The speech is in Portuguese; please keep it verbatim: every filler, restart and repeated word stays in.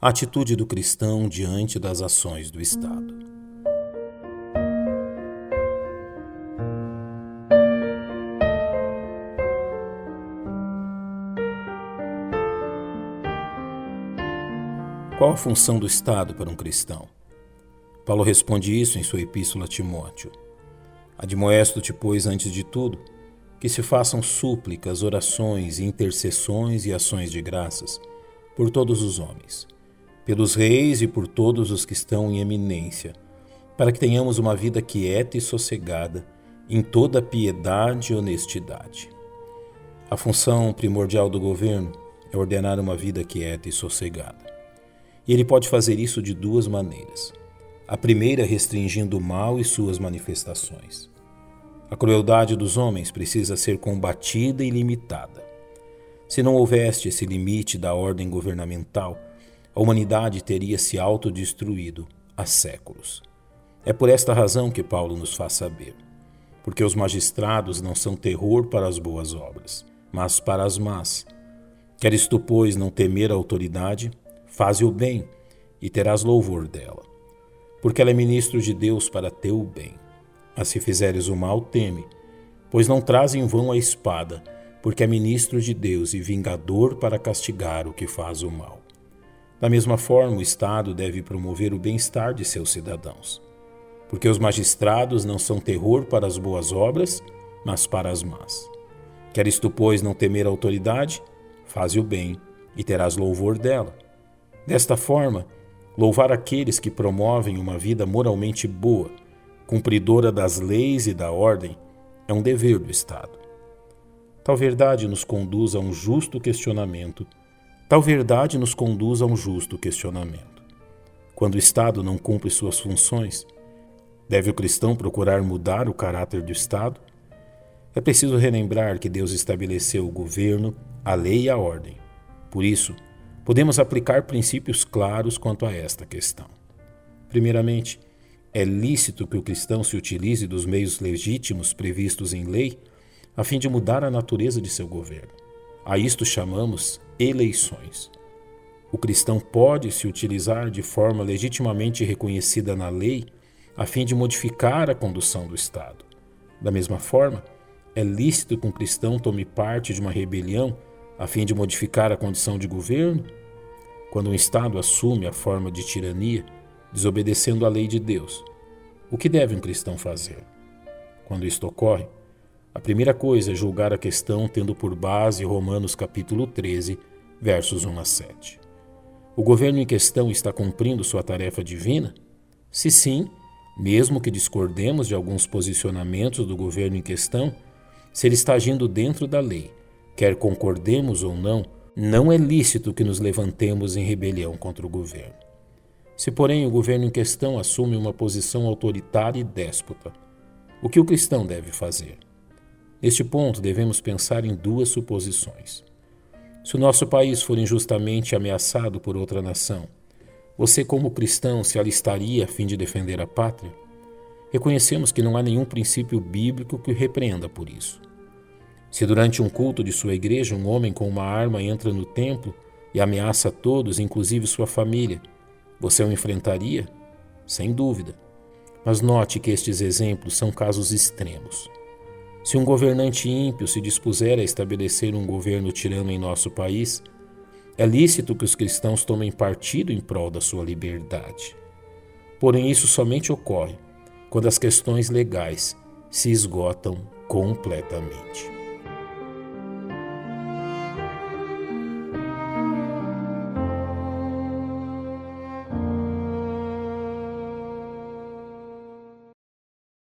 A atitude do cristão diante das ações do Estado. Qual a função do Estado para um cristão? Paulo responde isso em sua epístola a Timóteo. Admoesto-te, pois, antes de tudo, que se façam súplicas, orações, intercessões e ações de graças por todos os homens, pelos reis e por todos os que estão em eminência, para que tenhamos uma vida quieta e sossegada, em toda piedade e honestidade. A função primordial do governo é ordenar uma vida quieta e sossegada. E ele pode fazer isso de duas maneiras. A primeira, restringindo o mal e suas manifestações. A crueldade dos homens precisa ser combatida e limitada. Se não houvesse esse limite da ordem governamental, a humanidade teria se autodestruído há séculos. É por esta razão que Paulo nos faz saber. Porque os magistrados não são terror para as boas obras, mas para as más. Queres tu, pois, não temer a autoridade? Faze o bem, e terás louvor dela. Porque ela é ministro de Deus para teu bem. Mas se fizeres o mal, teme, pois não traz em vão a espada, porque é ministro de Deus e vingador para castigar o que faz o mal. Da mesma forma, o Estado deve promover o bem-estar de seus cidadãos. Porque os magistrados não são terror para as boas obras, mas para as más. Queres tu, pois, não temer a autoridade? Faze o bem, e terás louvor dela. Desta forma, louvar aqueles que promovem uma vida moralmente boa, cumpridora das leis e da ordem, é um dever do Estado. Tal verdade nos conduz a um justo questionamento. Tal verdade nos conduz a um justo questionamento. Quando o Estado não cumpre suas funções, deve o cristão procurar mudar o caráter do Estado? É preciso relembrar que Deus estabeleceu o governo, a lei e a ordem. Por isso, podemos aplicar princípios claros quanto a esta questão. Primeiramente, é lícito que o cristão se utilize dos meios legítimos previstos em lei a fim de mudar a natureza de seu governo. A isto chamamos eleições. O cristão pode se utilizar de forma legitimamente reconhecida na lei a fim de modificar a condução do Estado. Da mesma forma, é lícito que um cristão tome parte de uma rebelião a fim de modificar a condição de governo? Quando um Estado assume a forma de tirania, desobedecendo a lei de Deus, o que deve um cristão fazer? Quando isto ocorre, a primeira coisa é julgar a questão tendo por base Romanos capítulo treze, versos um a sete. O governo em questão está cumprindo sua tarefa divina? Se sim, mesmo que discordemos de alguns posicionamentos do governo em questão, se ele está agindo dentro da lei, quer concordemos ou não, não é lícito que nos levantemos em rebelião contra o governo. Se, porém, o governo em questão assume uma posição autoritária e déspota, o que o cristão deve fazer? Neste ponto, devemos pensar em duas suposições. Se o nosso país for injustamente ameaçado por outra nação, você, como cristão, se alistaria a fim de defender a pátria? Reconhecemos que não há nenhum princípio bíblico que o repreenda por isso. Se durante um culto de sua igreja um homem com uma arma entra no templo e ameaça a todos, inclusive sua família, você o enfrentaria? Sem dúvida. Mas note que estes exemplos são casos extremos. Se um governante ímpio se dispuser a estabelecer um governo tirano em nosso país, é lícito que os cristãos tomem partido em prol da sua liberdade. Porém, isso somente ocorre quando as questões legais se esgotam completamente.